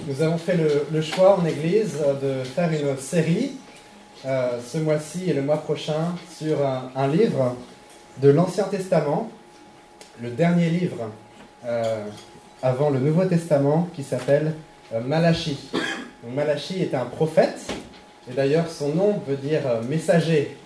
Nous avons fait le choix en Église de faire une série ce mois-ci et le mois prochain sur un livre de l'Ancien Testament, le dernier livre avant le Nouveau Testament qui s'appelle Malachie. Donc, Malachie est un prophète et d'ailleurs son nom veut dire messager.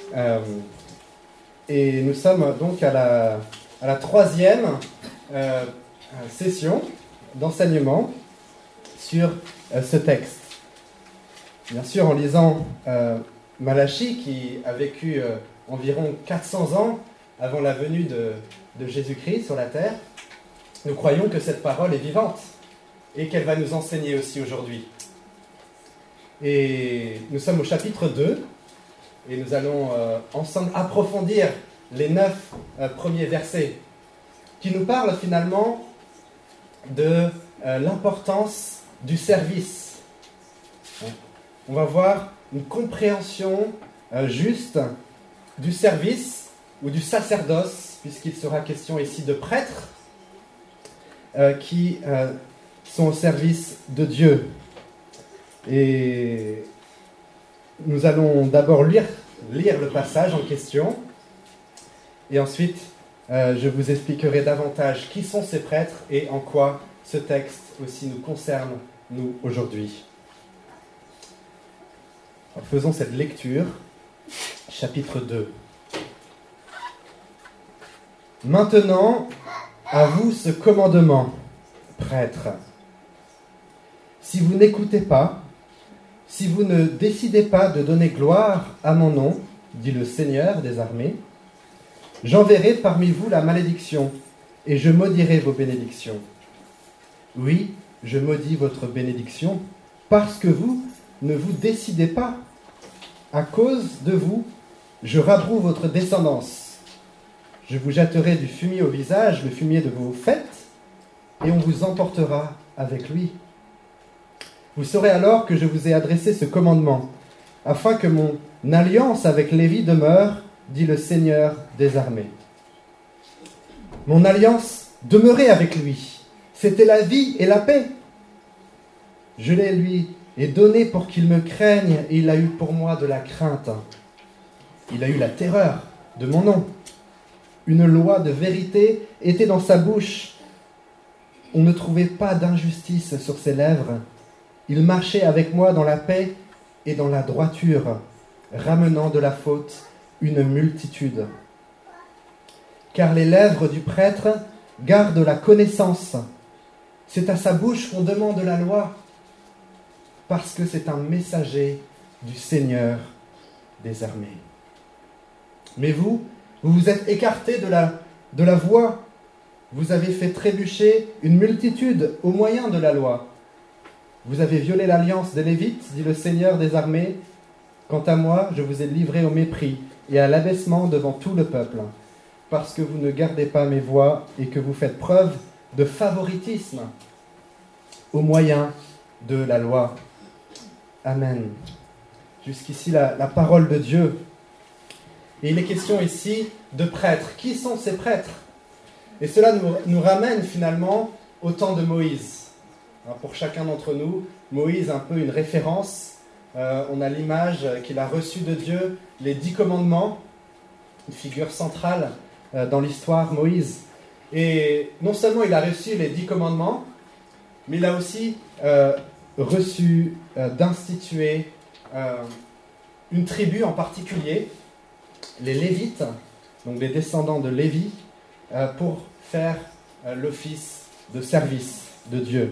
Et nous sommes donc à la troisième session d'enseignement sur ce texte. Bien sûr, en lisant Malachie, qui a vécu environ 400 ans avant la venue de Jésus-Christ sur la terre, nous croyons que cette parole est vivante et qu'elle va nous enseigner aussi aujourd'hui. Et nous sommes au chapitre 2 et nous allons ensemble approfondir les 9 premiers versets qui nous parlent finalement de l'importance du service. On va voir une compréhension juste du service ou du sacerdoce, puisqu'il sera question ici de prêtres qui sont au service de Dieu. Et nous allons d'abord lire le passage en question, et ensuite je vous expliquerai davantage qui sont ces prêtres et en quoi ce texte aussi nous concerne, nous, aujourd'hui. Alors, faisons cette lecture, chapitre 2. Maintenant, à vous ce commandement, prêtres. Si vous n'écoutez pas, si vous ne décidez pas de donner gloire à mon nom, dit le Seigneur des armées, j'enverrai parmi vous la malédiction, et je maudirai vos bénédictions. Oui, je maudis votre bénédiction, parce que vous ne vous décidez pas. À cause de vous, je rabroue votre descendance. Je vous jetterai du fumier au visage, le fumier de vos fêtes, et on vous emportera avec lui. Vous saurez alors que je vous ai adressé ce commandement, afin que mon alliance avec Lévi demeure, dit le Seigneur des armées. Mon alliance demeurait avec lui. C'était la vie et la paix. Je l'ai lui ai donné pour qu'il me craigne, et il a eu pour moi de la crainte. Il a eu la terreur de mon nom. Une loi de vérité était dans sa bouche. On ne trouvait pas d'injustice sur ses lèvres. Il marchait avec moi dans la paix et dans la droiture, ramenant de la faute une multitude. Car les lèvres du prêtre gardent la connaissance. C'est à sa bouche qu'on demande la loi, parce que c'est un messager du Seigneur des armées. Mais vous vous êtes écartés de la voie. Vous avez fait trébucher une multitude au moyen de la loi. Vous avez violé l'alliance des Lévites, dit le Seigneur des armées. Quant à moi, je vous ai livré au mépris et à l'abaissement devant tout le peuple, parce que vous ne gardez pas mes voies et que vous faites preuve de favoritisme au moyen de la loi. Amen. Jusqu'ici, la parole de Dieu. Et il est question ici de prêtres. Qui sont ces prêtres? Et cela nous ramène finalement au temps de Moïse. Alors pour chacun d'entre nous, Moïse, un peu une référence. On a l'image qu'il a reçue de Dieu, les 10 commandements, une figure centrale dans l'histoire, Moïse. Et non seulement il a reçu les 10 commandements, mais il a aussi reçu d'instituer une tribu en particulier, les Lévites, donc les descendants de Lévi, pour faire l'office de service de Dieu.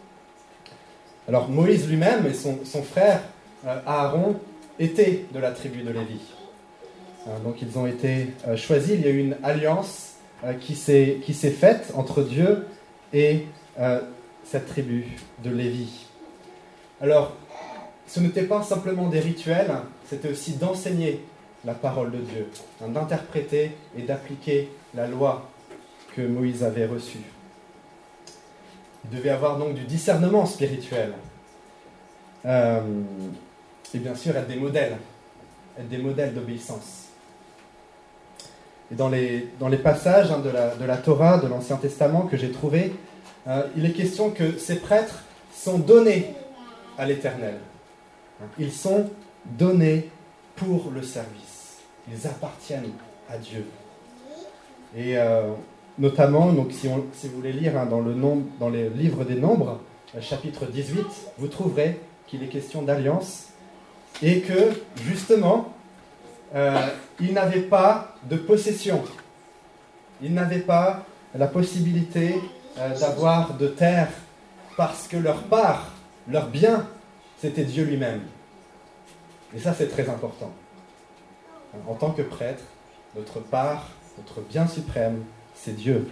Alors Moïse lui-même et son frère Aaron étaient de la tribu de Lévi. Donc ils ont été choisis, il y a eu une alliance qui s'est faite entre Dieu et cette tribu de Lévi. Alors, ce n'était pas simplement des rituels, c'était aussi d'enseigner la parole de Dieu, d'interpréter et d'appliquer la loi que Moïse avait reçue. Il devait avoir donc du discernement spirituel. Et bien sûr, être des modèles d'obéissance. Et dans les passages de la Torah, de l'Ancien Testament que j'ai trouvés, il est question que ces prêtres sont donnés à l'Éternel. Ils sont donnés pour le service. Ils appartiennent à Dieu. Et notamment, donc, si vous voulez lire dans les livres des Nombres, chapitre 18, vous trouverez qu'il est question d'alliance et que, justement, ils n'avaient pas de possession. Ils n'avaient pas la possibilité d'avoir de terre parce que leur part, leur bien, c'était Dieu lui-même. Et ça, c'est très important. En tant que prêtre, notre part, notre bien suprême, c'est Dieu.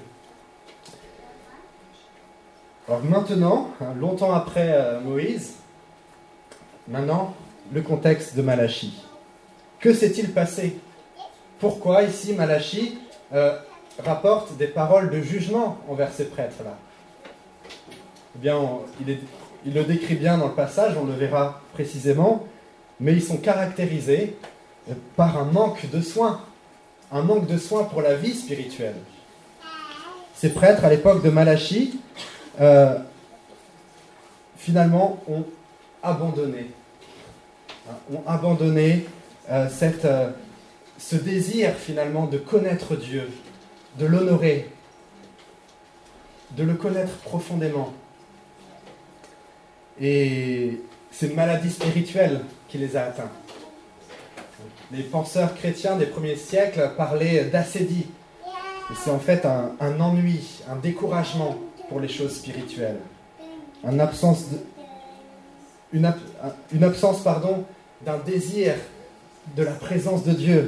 Alors maintenant, longtemps après Moïse, maintenant, le contexte de Malachie. Que s'est-il passé? Pourquoi ici Malachie rapporte des paroles de jugement envers ces prêtres-là? Eh bien, il le décrit bien dans le passage, on le verra précisément, mais ils sont caractérisés par un manque de soins pour la vie spirituelle. Ces prêtres, à l'époque de Malachie, finalement, ont abandonné ce désir, finalement, de connaître Dieu, de l'honorer, de le connaître profondément. Et c'est une maladie spirituelle qui les a atteints. Les penseurs chrétiens des premiers siècles parlaient d'ascédie. Et c'est en fait un ennui, un découragement pour les choses spirituelles. Une absence d'un désir de la présence de Dieu.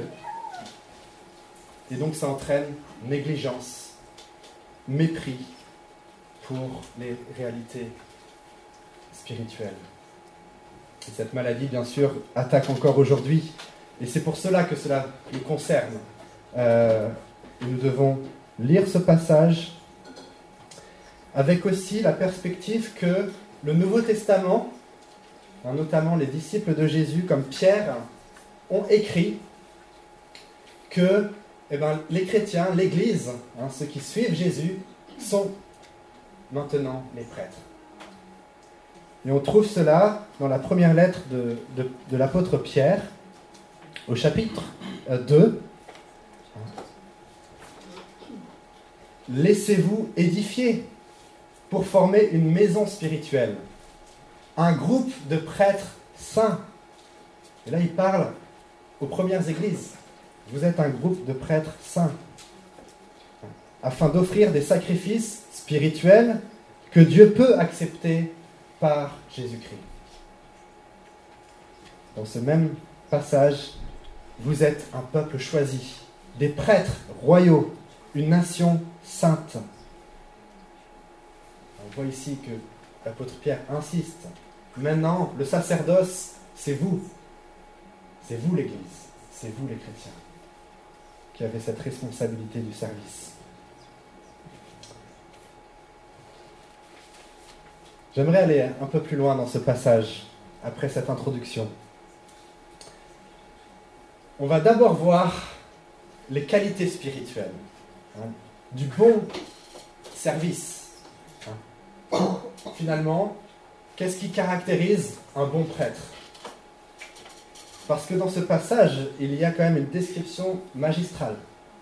Et donc ça entraîne négligence, mépris pour les réalités spirituelles. Et cette maladie, bien sûr, attaque encore aujourd'hui. Et c'est pour cela que cela nous concerne. Et nous devons lire ce passage avec aussi la perspective que le Nouveau Testament, notamment les disciples de Jésus comme Pierre, ont écrit que les chrétiens, l'Église, ceux qui suivent Jésus, sont maintenant les prêtres. Et on trouve cela dans la première lettre de l'apôtre Pierre, au chapitre 2. Laissez-vous édifier pour former une maison spirituelle, un groupe de prêtres saints. Et là, il parle aux premières églises. Vous êtes un groupe de prêtres saints, afin d'offrir des sacrifices spirituels que Dieu peut accepter par Jésus-Christ. Dans ce même passage, vous êtes un peuple choisi, des prêtres royaux, une nation sainte. On voit ici que l'apôtre Pierre insiste. Maintenant, le sacerdoce, c'est vous. C'est vous l'Église. C'est vous les chrétiens qui avez cette responsabilité du service. J'aimerais aller un peu plus loin dans ce passage, après cette introduction. On va d'abord voir les qualités spirituelles, du bon service. Finalement, qu'est-ce qui caractérise un bon prêtre? Parce que dans ce passage, il y a quand même une description magistrale.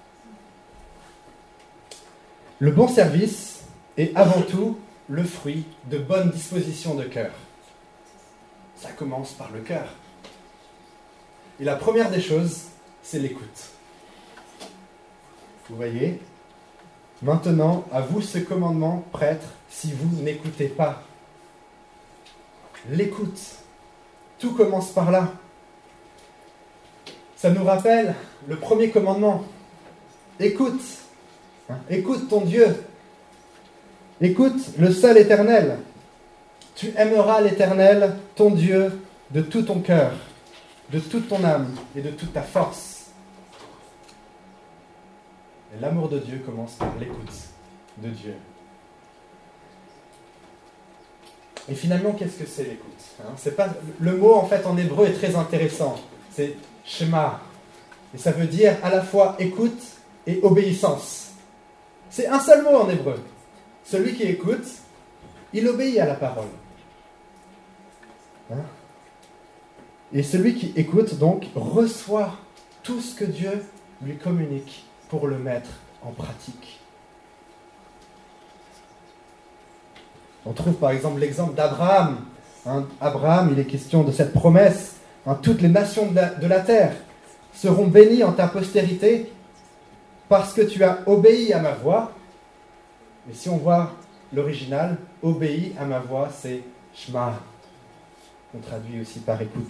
Le bon service est avant tout le fruit de bonnes dispositions de cœur. Ça commence par le cœur. Et la première des choses, c'est l'écoute. Vous voyez? Maintenant, à vous ce commandement, prêtre, si vous n'écoutez pas. L'écoute. Tout commence par là. Ça nous rappelle le premier commandement. Écoute. Écoute ton Dieu. Écoute le seul éternel. Tu aimeras l'Éternel, ton Dieu, de tout ton cœur, de toute ton âme et de toute ta force. Et l'amour de Dieu commence par l'écoute de Dieu. Et finalement, qu'est-ce que c'est l'écoute? C'est pas, le mot, en fait, en hébreu est très intéressant. C'est shema. Et ça veut dire à la fois écoute et obéissance. C'est un seul mot en hébreu. Celui qui écoute, il obéit à la parole. Hein? Et celui qui écoute, donc, reçoit tout ce que Dieu lui communique pour le mettre en pratique. On trouve par exemple l'exemple d'Abraham. Hein, Abraham, il est question de cette promesse. Hein, toutes les nations de la terre seront bénies en ta postérité parce que tu as obéi à ma voix. Et si on voit l'original, obéi à ma voix, c'est Shema. On traduit aussi par écoute.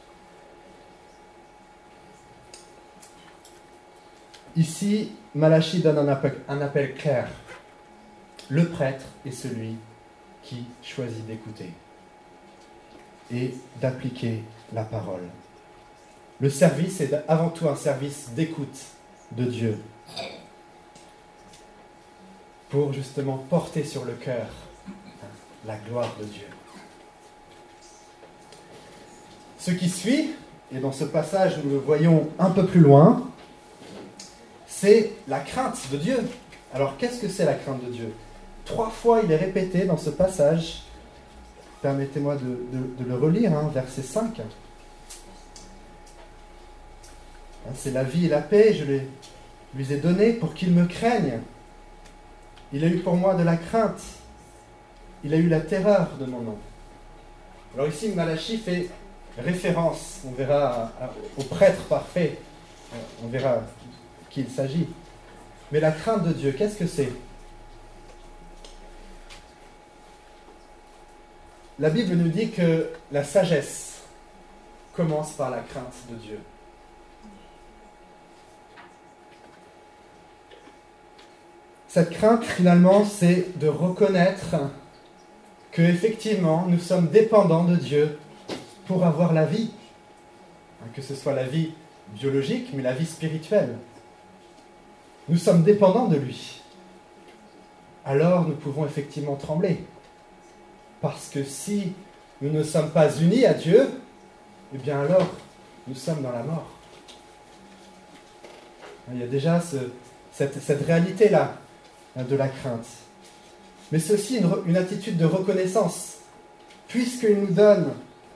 Ici, Malachie donne un appel clair. Le prêtre est celui qui choisit d'écouter et d'appliquer la parole. Le service est avant tout un service d'écoute de Dieu pour justement porter sur le cœur la gloire de Dieu. Ce qui suit, et dans ce passage nous le voyons un peu plus loin, c'est la crainte de Dieu. Alors qu'est-ce que c'est la crainte de Dieu ? 3 fois il est répété dans ce passage. Permettez-moi de le relire, hein, verset 5. C'est la vie et la paix, je lui ai donné pour qu'il me craigne. Il a eu pour moi de la crainte. Il a eu la terreur de mon nom. Alors ici, Malachie fait référence, on verra, au prêtre parfait. On verra de qui il s'agit. Mais la crainte de Dieu, qu'est-ce que c'est ? La Bible nous dit que la sagesse commence par la crainte de Dieu. Cette crainte, finalement, c'est de reconnaître que, effectivement, nous sommes dépendants de Dieu pour avoir la vie. Que ce soit la vie biologique, mais la vie spirituelle. Nous sommes dépendants de lui. Alors, nous pouvons effectivement trembler. Parce que si nous ne sommes pas unis à Dieu, eh bien alors, nous sommes dans la mort. Il y a déjà cette réalité-là de la crainte. Mais c'est aussi une attitude de reconnaissance, puisqu'il nous donne,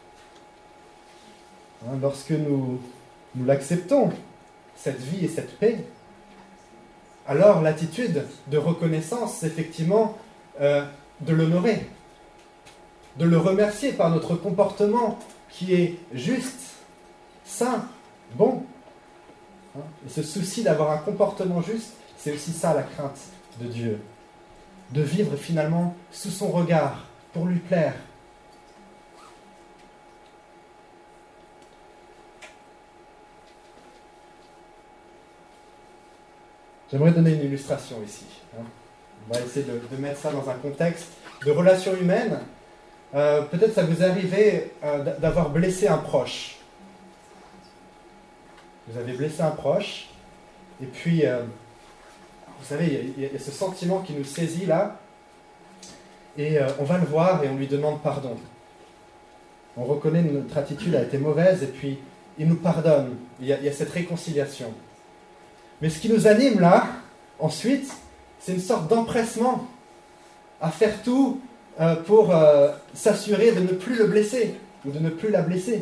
lorsque nous l'acceptons, cette vie et cette paix, alors l'attitude de reconnaissance, c'est effectivement de l'honorer, de le remercier par notre comportement qui est juste, sain, bon. Et ce souci d'avoir un comportement juste, c'est aussi ça la crainte de Dieu. De vivre finalement sous son regard, pour lui plaire. J'aimerais donner une illustration ici. On va essayer de mettre ça dans un contexte de relations humaines. Peut-être ça vous est arrivé d'avoir blessé un proche. Vous avez blessé un proche, et puis, vous savez, il y a ce sentiment qui nous saisit là, et on va le voir et on lui demande pardon. On reconnaît que notre attitude a été mauvaise, et puis il nous pardonne. Il y a cette réconciliation. Mais ce qui nous anime là, ensuite, c'est une sorte d'empressement à faire tout pour s'assurer de ne plus le blesser, ou de ne plus la blesser.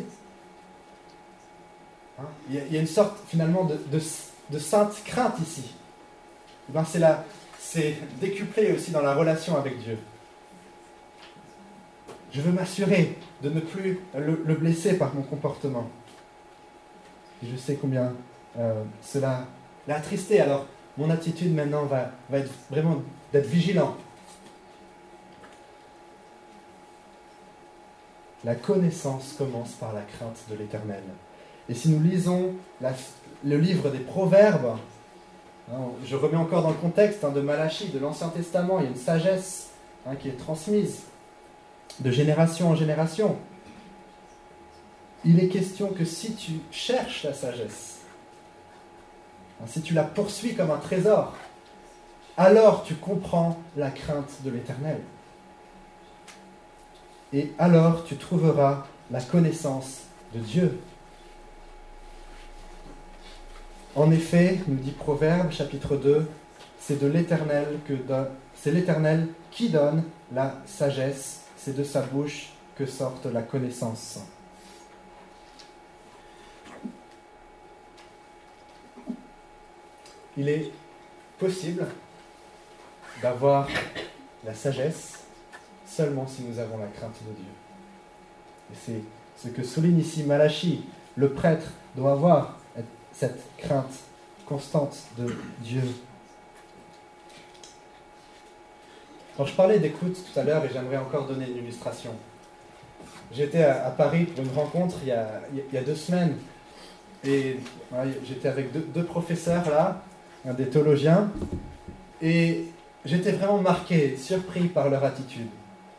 Il y a une sorte finalement de sainte crainte ici. C'est décuplé aussi dans la relation avec Dieu. Je veux m'assurer de ne plus le blesser par mon comportement. Et je sais combien cela l'a attristé. Alors mon attitude maintenant va être vraiment d'être vigilant. La connaissance commence par la crainte de l'Éternel. Et si nous lisons le livre des Proverbes, je remets encore dans le contexte de Malachie, de l'Ancien Testament, il y a une sagesse qui est transmise de génération en génération. Il est question que si tu cherches la sagesse, si tu la poursuis comme un trésor, alors tu comprends la crainte de l'Éternel. Et alors tu trouveras la connaissance de Dieu. En effet, nous dit Proverbe, chapitre 2, c'est l'Éternel qui donne la sagesse, c'est de sa bouche que sorte la connaissance. Il est possible d'avoir la sagesse seulement si nous avons la crainte de Dieu. Et c'est ce que souligne ici Malachie. Le prêtre doit avoir cette crainte constante de Dieu. Alors, je parlais d'écoute tout à l'heure et j'aimerais encore donner une illustration. J'étais à Paris pour une rencontre il y a 2 semaines et voilà, j'étais avec deux professeurs là, un des théologiens, et j'étais vraiment marqué, surpris par leur attitude.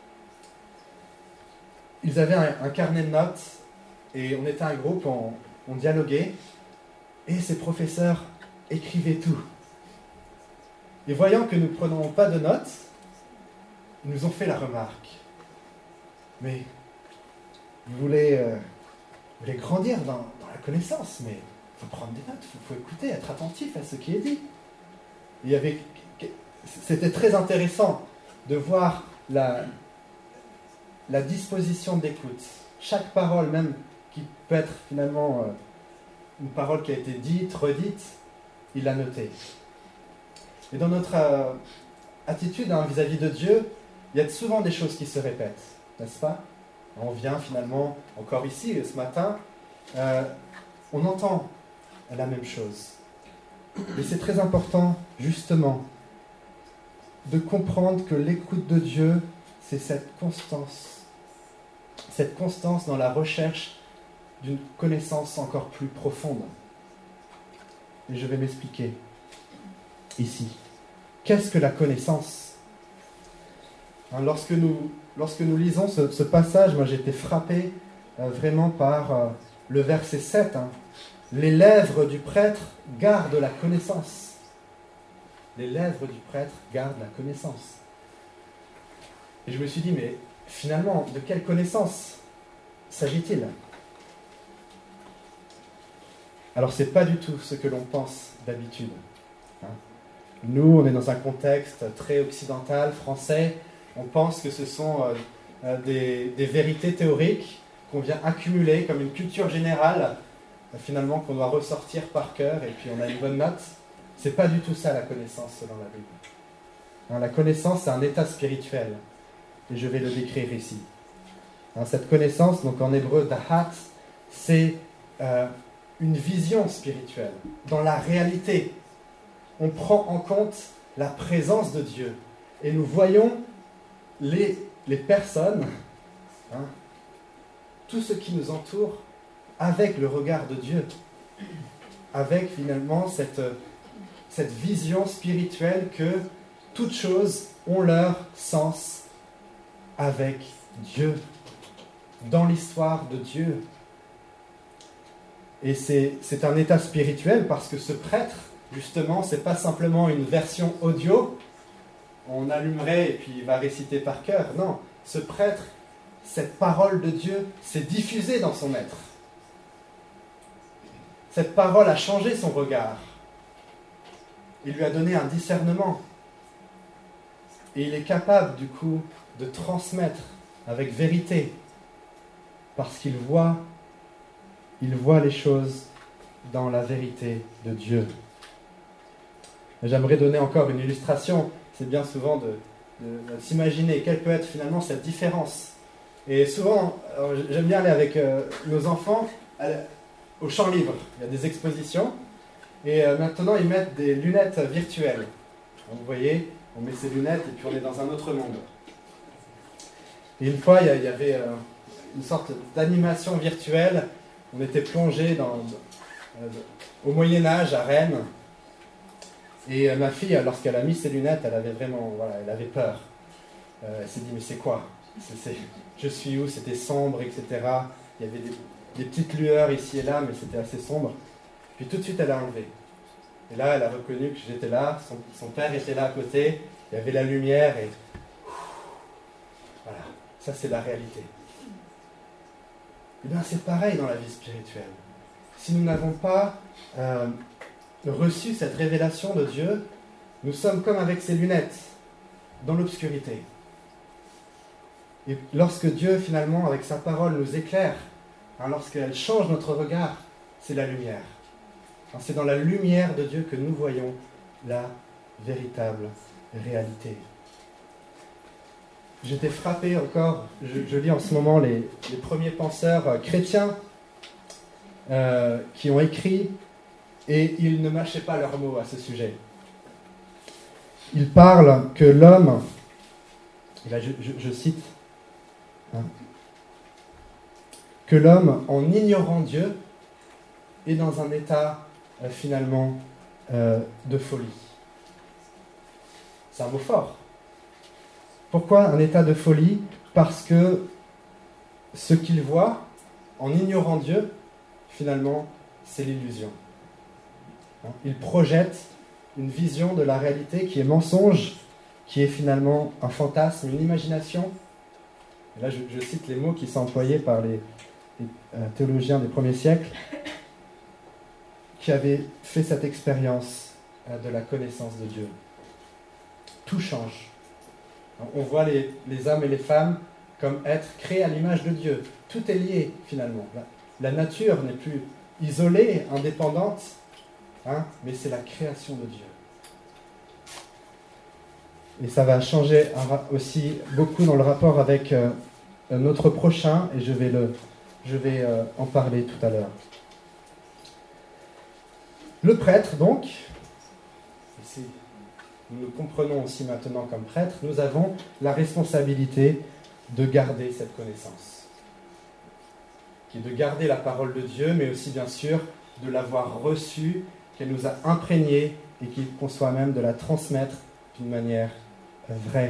Ils avaient un carnet de notes et on était un groupe, on dialoguait et ces professeurs écrivaient tout. Et voyant que nous ne prenons pas de notes, ils nous ont fait la remarque. Mais vous voulez grandir dans la connaissance, mais il faut prendre des notes, il faut écouter, être attentif à ce qui est dit. C'était très intéressant de voir la disposition d'écoute. Chaque parole, même qui peut être finalement une parole qui a été dite, redite, il l'a notée. Et dans notre attitude vis-à-vis de Dieu, il y a souvent des choses qui se répètent, n'est-ce pas? On vient finalement, encore ici, ce matin, on entend la même chose. Et c'est très important, justement, de comprendre que l'écoute de Dieu, c'est cette constance dans la recherche d'une connaissance encore plus profonde. Et je vais m'expliquer ici. Qu'est-ce que la connaissance? Lorsque nous lisons ce passage, moi j'ai été frappé vraiment par le verset 7. Les lèvres du prêtre gardent la connaissance. Les lèvres du prêtre gardent la connaissance. Et je me suis dit, mais finalement, de quelle connaissance s'agit-il? Alors, ce n'est pas du tout ce que l'on pense d'habitude. Nous, on est dans un contexte très occidental, français. On pense que ce sont des vérités théoriques qu'on vient accumuler comme une culture générale, finalement, qu'on doit ressortir par cœur, et puis on a une bonne note. Ce n'est pas du tout ça la connaissance selon la Bible. La connaissance, c'est un état spirituel. Et je vais le décrire ici. Cette connaissance, donc en hébreu, dahat, c'est une vision spirituelle. Dans la réalité, on prend en compte la présence de Dieu. Et nous voyons les personnes, tout ce qui nous entoure, avec le regard de Dieu. Avec finalement cette vision spirituelle que toutes choses ont leur sens avec Dieu, dans l'histoire de Dieu. Et c'est un état spirituel parce que ce prêtre, justement, c'est pas simplement une version audio, on allumerait et puis il va réciter par cœur. Non, ce prêtre, cette parole de Dieu s'est diffusée dans son être. Cette parole a changé son regard. Il lui a donné un discernement. Et il est capable, du coup, de transmettre avec vérité. Parce qu'il voit les choses dans la vérité de Dieu. J'aimerais donner encore une illustration. C'est bien souvent de s'imaginer quelle peut être finalement cette différence. Et souvent, j'aime bien aller avec nos enfants au champ libre. Il y a des expositions. Et maintenant, ils mettent des lunettes virtuelles. Donc, vous voyez, on met ces lunettes et puis on est dans un autre monde. Et une fois, il y avait une sorte d'animation virtuelle. On était plongé au Moyen-Âge à Rennes. Et ma fille, lorsqu'elle a mis ses lunettes, elle avait vraiment, elle avait peur. Elle s'est dit, mais c'est quoi? Je suis où? C'était sombre, etc. Il y avait des petites lueurs ici et là, mais c'était assez sombre. Puis tout de suite, elle a enlevé. Et là, elle a reconnu que j'étais là, son père était là à côté, il y avait la lumière et... Voilà, ça c'est la réalité. Et bien c'est pareil dans la vie spirituelle. Si nous n'avons pas reçu cette révélation de Dieu, nous sommes comme avec ces lunettes, dans l'obscurité. Et lorsque Dieu, finalement, avec sa parole, nous éclaire, lorsqu'elle change notre regard, c'est la lumière. C'est dans la lumière de Dieu que nous voyons la véritable réalité. J'étais frappé encore, je lis en ce moment les premiers penseurs chrétiens qui ont écrit, et ils ne mâchaient pas leurs mots à ce sujet. Ils parlent que l'homme, et là je cite, que l'homme, en ignorant Dieu, est dans un état finalement de folie. C'est un mot fort. Pourquoi un état de folie? Parce que ce qu'il voit, en ignorant Dieu, finalement, c'est l'illusion. Il projette une vision de la réalité qui est mensonge, qui est finalement un fantasme, une imagination. Et là, je cite les mots qui sont employés par les théologiens des premiers siècles, qui avaient fait cette expérience de la connaissance de Dieu. Tout change. On voit les hommes et les femmes comme êtres créés à l'image de Dieu. Tout est lié, finalement. La nature n'est plus isolée, indépendante, mais c'est la création de Dieu. Et ça va changer aussi beaucoup dans le rapport avec notre prochain, et je vais en parler tout à l'heure. Le prêtre, donc, ici, nous nous comprenons aussi maintenant comme prêtre, nous avons la responsabilité de garder cette connaissance, qui est de garder la parole de Dieu, mais aussi bien sûr de l'avoir reçue, qu'elle nous a imprégnée et qu'on soit même de la transmettre d'une manière vraie.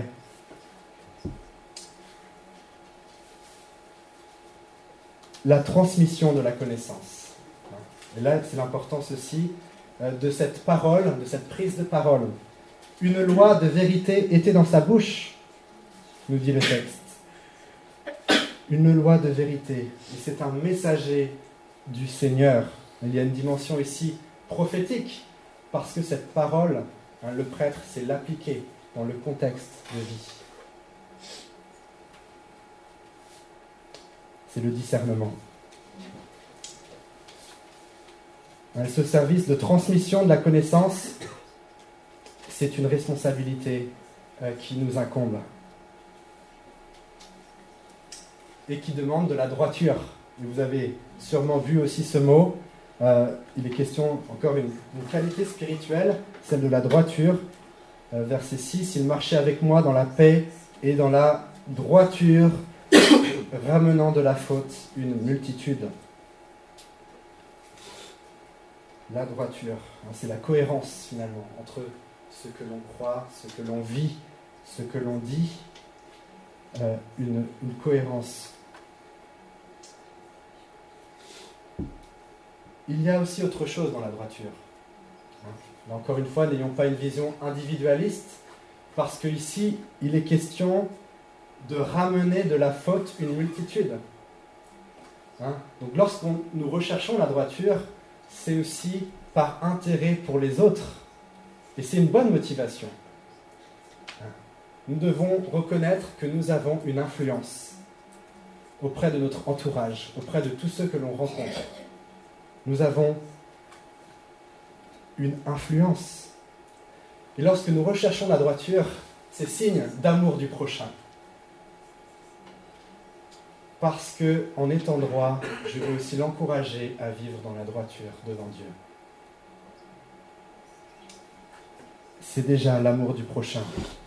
La transmission de la connaissance. Et là, c'est l'importance aussi de cette parole, de cette prise de parole. Une loi de vérité était dans sa bouche, nous dit le texte. Une loi de vérité. Et c'est un messager du Seigneur. Il y a une dimension ici prophétique, parce que cette parole, le prêtre sait l'appliquer dans le contexte de vie. C'est le discernement. Ce service de transmission de la connaissance, c'est une responsabilité qui nous incombe et qui demande de la droiture. Et vous avez sûrement vu aussi ce mot. Il est question, encore une qualité spirituelle, celle de la droiture. Verset 6, « Il marchait avec moi dans la paix et dans la droiture, ramenant de la faute une multitude. » La droiture, c'est la cohérence finalement entre ce que l'on croit, ce que l'on vit, ce que l'on dit, une cohérence. Il y a aussi autre chose dans la droiture. Là, encore une fois, n'ayons pas une vision individualiste, parce qu'ici, il est question de ramener de la faute une multitude. Donc lorsqu'on nous recherchons la droiture, c'est aussi par intérêt pour les autres. Et c'est une bonne motivation. Nous devons reconnaître que nous avons une influence auprès de notre entourage, auprès de tous ceux que l'on rencontre. Nous avons une influence. Et lorsque nous recherchons la droiture, c'est signe d'amour du prochain. Parce qu'en étant droit, je veux aussi l'encourager à vivre dans la droiture devant Dieu. C'est déjà l'amour du prochain.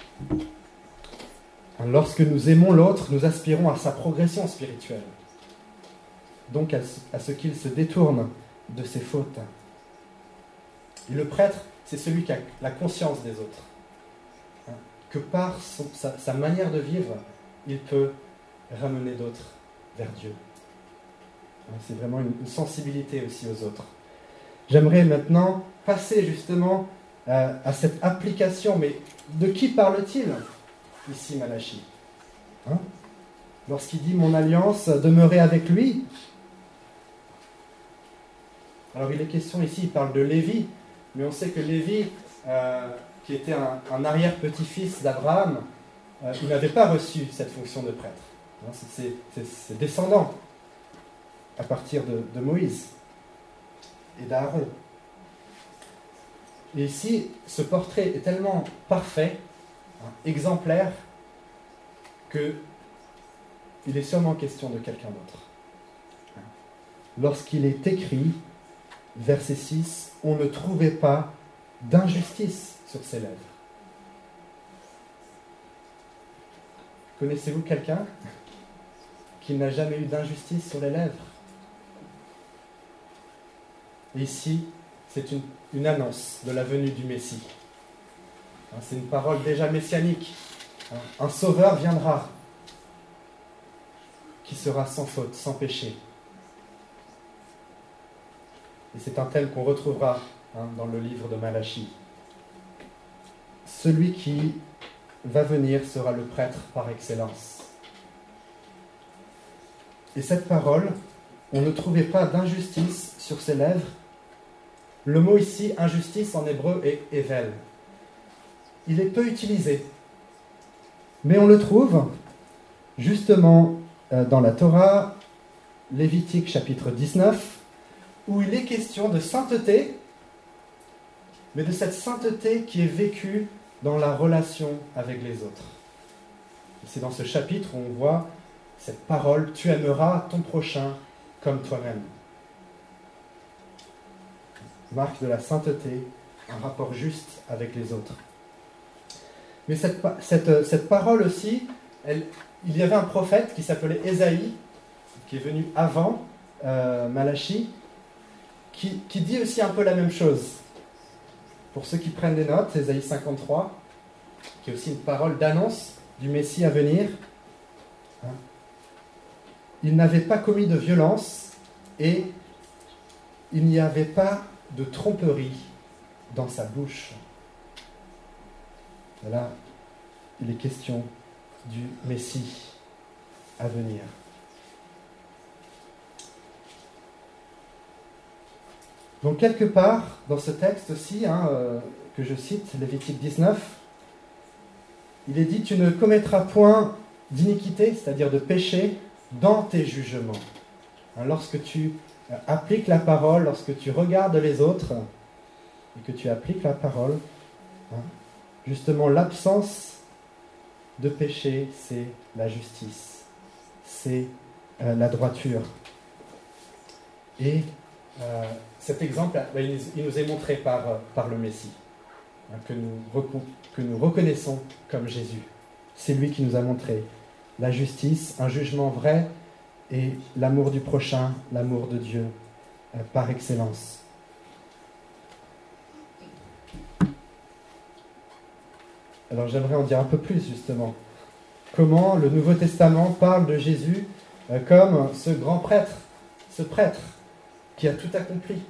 Lorsque nous aimons l'autre, nous aspirons à sa progression spirituelle. Donc à ce qu'il se détourne de ses fautes. Et le prêtre, c'est celui qui a la conscience des autres. Que par sa manière de vivre, il peut ramener d'autres vers Dieu. C'est vraiment une sensibilité aussi aux autres. J'aimerais maintenant passer justement à cette application. Mais de qui parle-t-il ici, Malachie? Lorsqu'il dit « Mon alliance demeurait avec lui », alors il est question ici, il parle de Lévi, mais on sait que Lévi, qui était un arrière-petit-fils d'Abraham, il n'avait pas reçu cette fonction de prêtre. C'est descendant à partir de Moïse et d'Aaron. Et ici, ce portrait est tellement parfait, exemplaire, qu'il est sûrement question de quelqu'un d'autre. Lorsqu'il est écrit, verset 6, « On ne trouvait pas d'injustice sur ses lèvres. » Connaissez-vous quelqu'un qui n'a jamais eu d'injustice sur les lèvres? Et ici, c'est une annonce de la venue du Messie. C'est une parole déjà messianique. Un sauveur viendra qui sera sans faute, sans péché. Et c'est un thème qu'on retrouvera dans le livre de Malachie. Celui qui va venir sera le prêtre par excellence. Et cette parole, on ne trouvait pas d'injustice sur ses lèvres. Le mot ici, injustice en hébreu, est ével. Il est peu utilisé, mais on le trouve justement dans la Torah, Lévitique chapitre 19, où il est question de sainteté, mais de cette sainteté qui est vécue dans la relation avec les autres. Et c'est dans ce chapitre où on voit cette parole, « Tu aimeras ton prochain comme toi-même ». Marque de la sainteté, un rapport juste avec les autres. Mais cette parole aussi, il y avait un prophète qui s'appelait Ésaïe, qui est venu avant Malachie, qui dit aussi un peu la même chose. Pour ceux qui prennent des notes, Ésaïe 53, qui est aussi une parole d'annonce du Messie à venir. Il n'avait pas commis de violence et il n'y avait pas de tromperie dans sa bouche. Et là, il est question du Messie à venir. Donc quelque part, dans ce texte aussi, que je cite, Lévitique 19, il est dit « Tu ne commettras point d'iniquité, c'est-à-dire de péché, dans tes jugements. » Lorsque tu appliques la parole, lorsque tu regardes les autres et que tu appliques la parole, justement l'absence de péché, c'est la justice, c'est la droiture. Et cet exemple, il nous est montré par le Messie, que nous reconnaissons comme Jésus. C'est lui qui nous a montré la justice, un jugement vrai et l'amour du prochain, l'amour de Dieu par excellence. Alors j'aimerais en dire un peu plus justement. Comment le Nouveau Testament parle de Jésus comme ce grand prêtre, ce prêtre qui a tout accompli.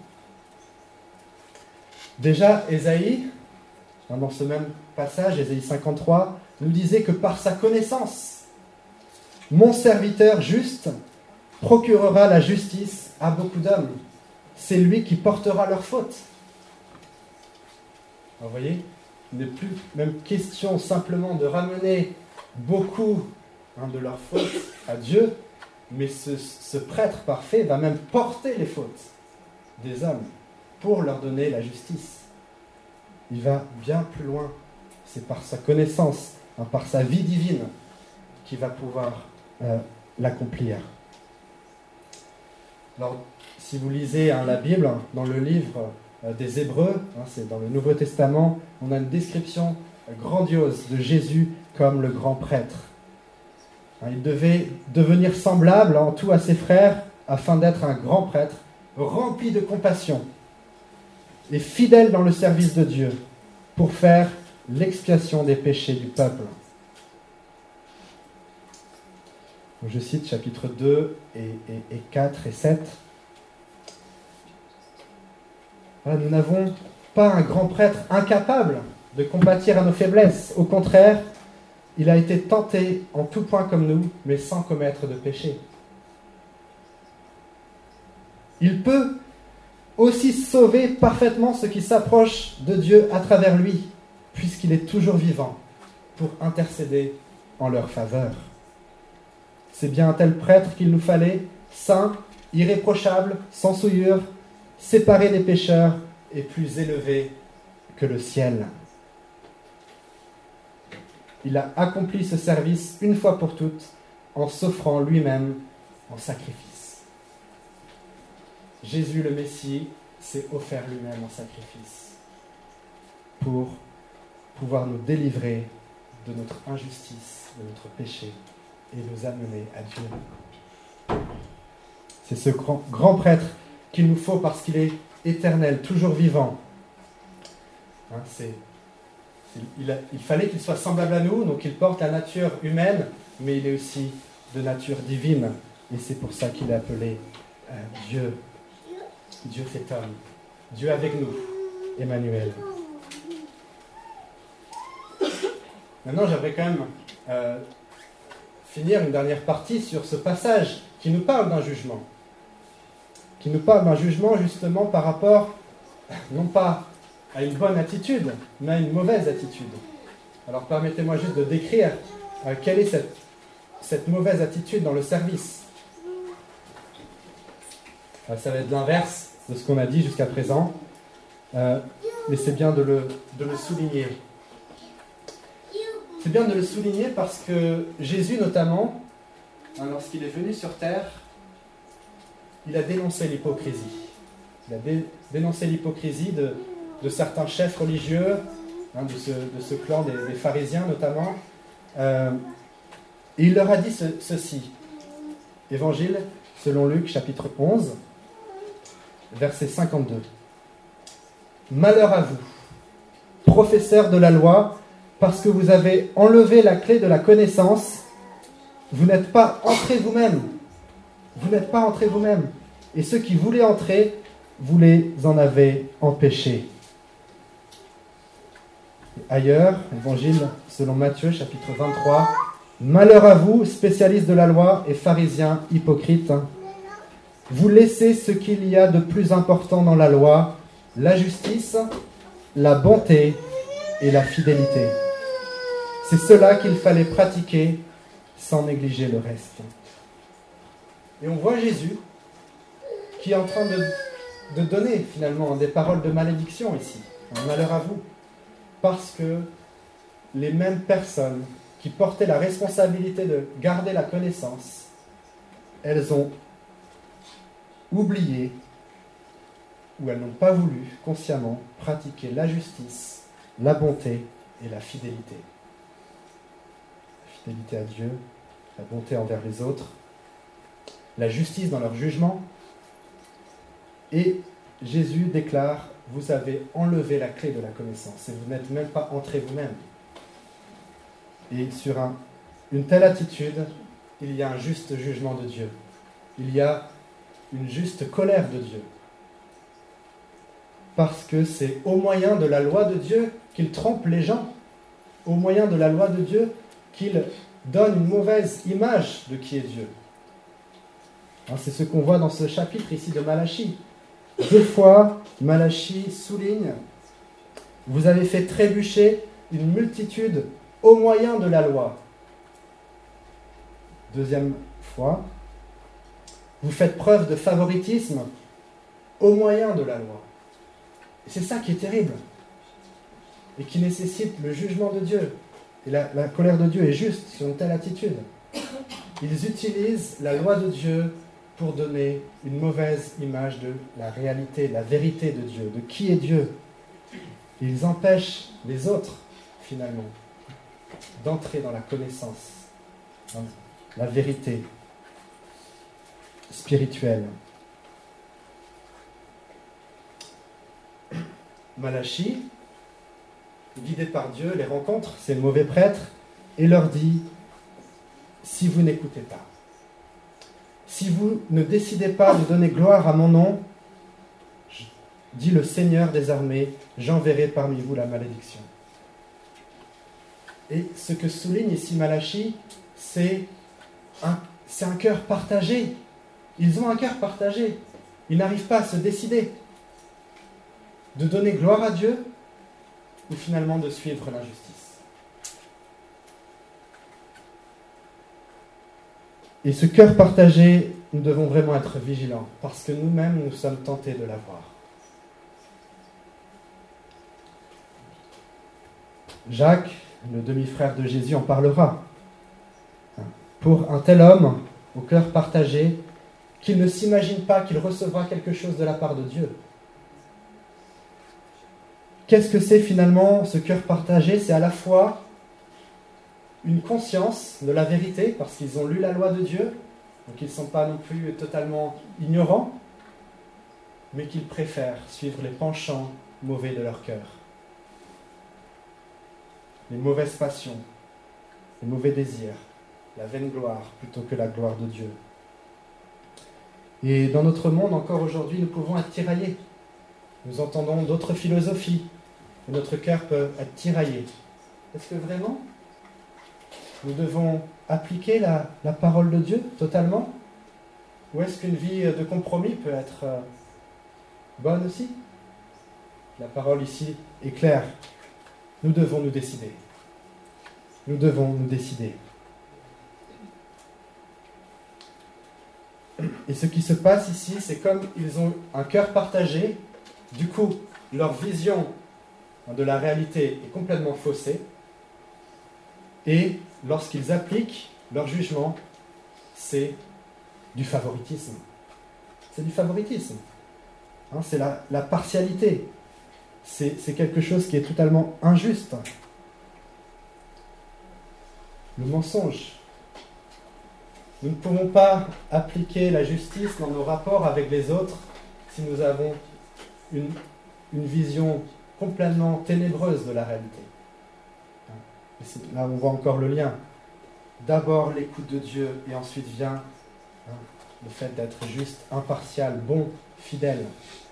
Déjà, Ésaïe, dans ce même passage, Ésaïe 53, nous disait que par sa connaissance, mon serviteur juste procurera la justice à beaucoup d'hommes. C'est lui qui portera leurs fautes. Alors, vous voyez, il n'est plus même question simplement de ramener beaucoup de leurs fautes à Dieu, mais ce prêtre parfait va même porter les fautes des hommes pour leur donner la justice. Il va bien plus loin. C'est par sa connaissance, par sa vie divine, qu'il va pouvoir l'accomplir. Alors, si vous lisez la Bible, dans le livre des Hébreux, c'est dans le Nouveau Testament, on a une description grandiose de Jésus comme le grand prêtre. Il devait devenir semblable en tout à ses frères afin d'être un grand prêtre, rempli de compassion et fidèle dans le service de Dieu pour faire l'expiation des péchés du peuple. Je cite chapitres 2 et 4 et 7. Voilà, nous n'avons pas un grand prêtre incapable de combattre à nos faiblesses. Au contraire, il a été tenté en tout point comme nous, mais sans commettre de péché. Il peut aussi sauver parfaitement ceux qui s'approchent de Dieu à travers lui, puisqu'il est toujours vivant pour intercéder en leur faveur. C'est bien un tel prêtre qu'il nous fallait, saint, irréprochable, sans souillure, séparé des pécheurs et plus élevé que le ciel. Il a accompli ce service une fois pour toutes en s'offrant lui-même en sacrifice. Jésus le Messie s'est offert lui-même en sacrifice pour pouvoir nous délivrer de notre injustice, de notre péché et nous amener à Dieu. C'est ce grand prêtre qu'il nous faut parce qu'il est éternel, toujours vivant. Il fallait qu'il soit semblable à nous, donc il porte la nature humaine, mais il est aussi de nature divine. Et c'est pour ça qu'il est appelé Dieu. Dieu fait homme. Dieu avec nous, Emmanuel. Maintenant, j'aimerais quand même finir une dernière partie sur ce passage qui nous parle d'un jugement. Qui nous parle d'un jugement justement par rapport, non pas à une bonne attitude, mais à une mauvaise attitude. Alors permettez-moi juste de décrire quelle est cette mauvaise attitude dans le service. Ça va être l'inverse de ce qu'on a dit jusqu'à présent, mais c'est bien de le souligner. C'est bien de le souligner parce que Jésus notamment, lorsqu'il est venu sur terre, il a dénoncé l'hypocrisie. Il a dénoncé l'hypocrisie de certains chefs religieux, de ce clan des pharisiens notamment. Et il leur a dit ceci. Évangile selon Luc, chapitre 11, verset 52. « Malheur à vous, professeurs de la loi, parce que vous avez enlevé la clé de la connaissance, vous n'êtes pas entrés vous-même. Vous n'êtes pas entrés vous-même. Et ceux qui voulaient entrer, vous les en avez empêchés. » Ailleurs, Évangile selon Matthieu, chapitre 23, « Malheur à vous, spécialistes de la loi et pharisiens hypocrites, vous laissez ce qu'il y a de plus important dans la loi, la justice, la bonté et la fidélité. C'est cela qu'il fallait pratiquer sans négliger le reste. » Et on voit Jésus qui est en train de donner finalement des paroles de malédiction ici. Un malheur à vous. Parce que les mêmes personnes qui portaient la responsabilité de garder la connaissance, elles ont oublié ou elles n'ont pas voulu consciemment pratiquer la justice, la bonté et la fidélité. La fidélité à Dieu, la bonté envers les autres, la justice dans leur jugement. Et Jésus déclare, vous avez enlevé la clé de la connaissance et vous n'êtes même pas entrés vous-même. Et sur une telle attitude, il y a un juste jugement de Dieu. Il y a une juste colère de Dieu. Parce que c'est au moyen de la loi de Dieu qu'il trompe les gens. Au moyen de la loi de Dieu qu'il donne une mauvaise image de qui est Dieu. C'est ce qu'on voit dans ce chapitre ici de Malachie. 2 fois, Malachie souligne « Vous avez fait trébucher une multitude au moyen de la loi. » 2e fois, « Vous faites preuve de favoritisme au moyen de la loi. » Et c'est ça qui est terrible et qui nécessite le jugement de Dieu. Et la colère de Dieu est juste sur une telle attitude. Ils utilisent la loi de Dieu pour donner une mauvaise image de la réalité, de la vérité de Dieu, de qui est Dieu. Ils empêchent les autres, finalement, d'entrer dans la connaissance, dans la vérité spirituelle. Malachie, guidé par Dieu, les rencontre, ces mauvais prêtres, et leur dit « Si vous n'écoutez pas, si vous ne décidez pas de donner gloire à mon nom, dit le Seigneur des armées, j'enverrai parmi vous la malédiction. » Et ce que souligne ici Malachie, c'est un cœur partagé. Ils ont un cœur partagé. Ils n'arrivent pas à se décider de donner gloire à Dieu ou finalement de suivre l'injustice. Et ce cœur partagé, nous devons vraiment être vigilants, parce que nous-mêmes, nous sommes tentés de l'avoir. Jacques, le demi-frère de Jésus, en parlera. Pour un tel homme, au cœur partagé, qu'il ne s'imagine pas qu'il recevra quelque chose de la part de Dieu. Qu'est-ce que c'est finalement ce cœur partagé? C'est à la fois une conscience de la vérité, parce qu'ils ont lu la loi de Dieu, donc ils ne sont pas non plus totalement ignorants, mais qu'ils préfèrent suivre les penchants mauvais de leur cœur. Les mauvaises passions, les mauvais désirs, la vaine gloire plutôt que la gloire de Dieu. Et dans notre monde, encore aujourd'hui, nous pouvons être tiraillés. Nous entendons d'autres philosophies, et notre cœur peut être tiraillé. Est-ce que vraiment nous devons appliquer la parole de Dieu totalement? Ou est-ce qu'une vie de compromis peut être bonne aussi? La parole ici est claire. Nous devons nous décider. Nous devons nous décider. Et ce qui se passe ici, c'est comme ils ont un cœur partagé, du coup, leur vision de la réalité est complètement faussée, et lorsqu'ils appliquent leur jugement, c'est du favoritisme. C'est du favoritisme. Hein, c'est la partialité. C'est quelque chose qui est totalement injuste. Le mensonge. Nous ne pouvons pas appliquer la justice dans nos rapports avec les autres si nous avons une vision complètement ténébreuse de la réalité. Et là, on voit encore le lien. D'abord l'écoute de Dieu et ensuite vient le fait d'être juste, impartial, bon, fidèle.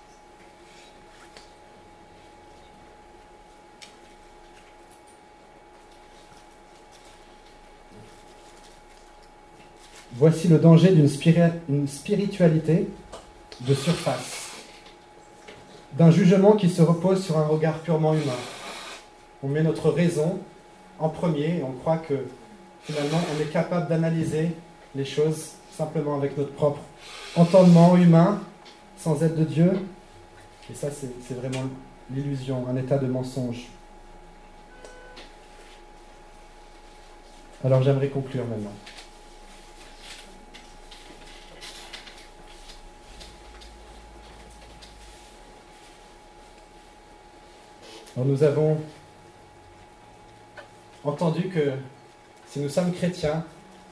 Voici le danger d'une spiritualité de surface, d'un jugement qui se repose sur un regard purement humain. On met notre raison en premier et on croit que finalement on est capable d'analyser les choses simplement avec notre propre entendement humain, sans aide de Dieu. Et ça, c'est vraiment l'illusion, un état de mensonge. Alors j'aimerais conclure maintenant. Alors nous avons entendu que si nous sommes chrétiens,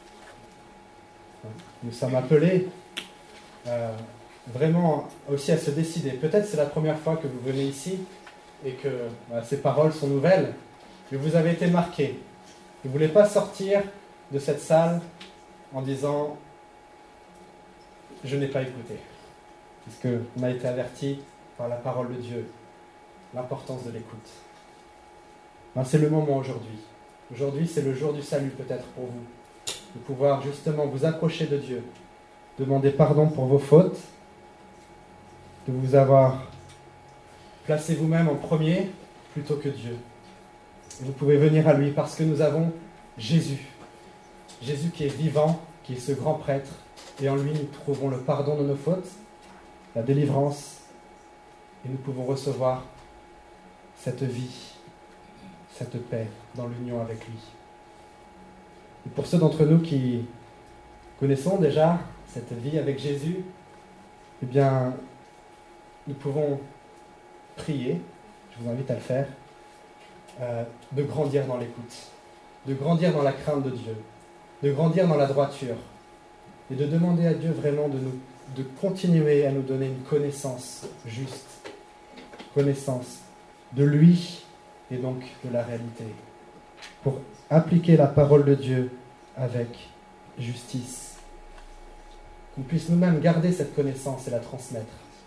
nous sommes appelés vraiment aussi à se décider. Peut-être c'est la première fois que vous venez ici et que ces paroles sont nouvelles, mais vous avez été marqués. Vous ne voulez pas sortir de cette salle en disant « je n'ai pas écouté », parce qu'on a été averti par la parole de Dieu, l'importance de l'écoute. C'est le moment aujourd'hui. Aujourd'hui, c'est le jour du salut peut-être pour vous, de pouvoir justement vous approcher de Dieu, demander pardon pour vos fautes, de vous avoir placé vous-même en premier plutôt que Dieu. Et vous pouvez venir à lui parce que nous avons Jésus. Jésus qui est vivant, qui est ce grand prêtre, et en lui nous trouvons le pardon de nos fautes, la délivrance, et nous pouvons recevoir cette vie, cette paix dans l'union avec lui. Et pour ceux d'entre nous qui connaissons déjà cette vie avec Jésus, eh bien, nous pouvons prier, je vous invite à le faire, de grandir dans l'écoute, de grandir dans la crainte de Dieu, de grandir dans la droiture, et de demander à Dieu vraiment de continuer à nous donner une connaissance juste, connaissance de lui et donc de la réalité, pour appliquer la parole de Dieu avec justice, qu'on puisse nous-mêmes garder cette connaissance et la transmettre.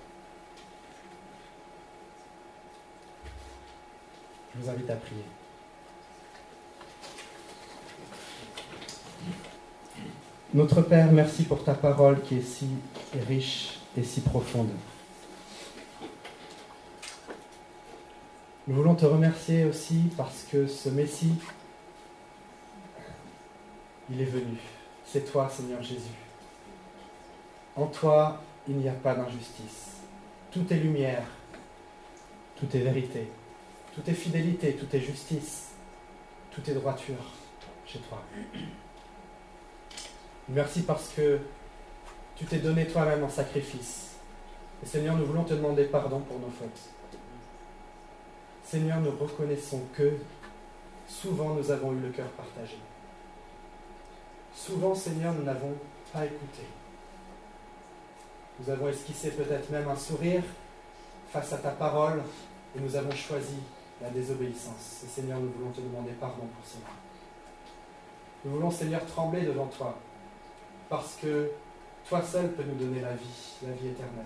Je vous invite à prier. Notre Père, merci pour ta parole qui est si riche et si profonde. Nous voulons te remercier aussi parce que ce Messie, il est venu. c'est toi, Seigneur Jésus. En toi, il n'y a pas d'injustice. Tout est lumière, tout est vérité, tout est fidélité, tout est justice, tout est droiture chez toi. Merci parce que tu t'es donné toi-même en sacrifice. Et Seigneur, nous voulons te demander pardon pour nos fautes. Seigneur, nous reconnaissons que souvent nous avons eu le cœur partagé. Souvent, Seigneur, nous n'avons pas écouté. Nous avons esquissé peut-être même un sourire face à ta parole et nous avons choisi la désobéissance. Et Seigneur, nous voulons te demander pardon pour cela. Nous voulons, Seigneur, trembler devant toi parce que toi seul peux nous donner la vie éternelle.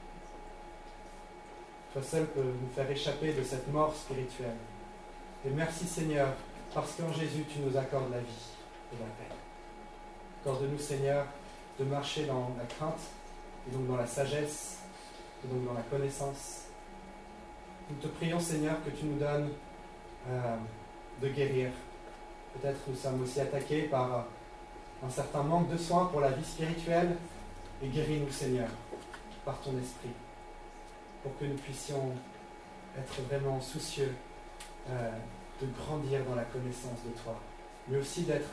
Toi seul peux nous faire échapper de cette mort spirituelle. Et merci, Seigneur, parce qu'en Jésus, tu nous accordes la vie et la paix. Accorde-nous, Seigneur, de marcher dans la crainte, et donc dans la sagesse, et donc dans la connaissance. Nous te prions, Seigneur, que tu nous donnes de guérir. Peut-être nous sommes aussi attaqués par un certain manque de soins pour la vie spirituelle, et guéris-nous, Seigneur, par ton esprit, pour que nous puissions être vraiment soucieux de grandir dans la connaissance de toi, mais aussi d'être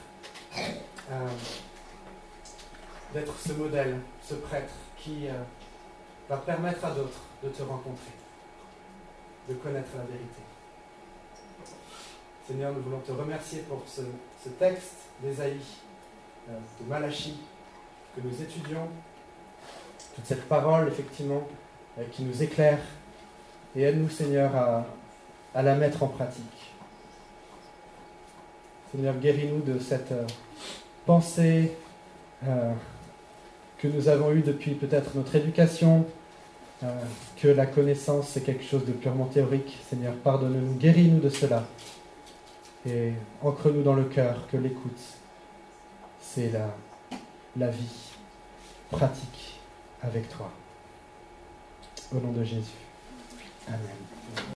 ce modèle, ce prêtre qui va permettre à d'autres de te rencontrer, de connaître la vérité. Seigneur, nous voulons te remercier pour ce texte d'Ésaïe, de Malachie, que nous étudions, toute cette parole, effectivement, qui nous éclaire, et aide-nous, Seigneur, à la mettre en pratique. Seigneur, guéris-nous de cette pensée que nous avons eue depuis peut-être notre éducation, que la connaissance c'est quelque chose de purement théorique. Seigneur, pardonne-nous, guéris-nous de cela, et ancre-nous dans le cœur que l'écoute, c'est la vie pratique avec toi. Au nom de Jésus. Amen.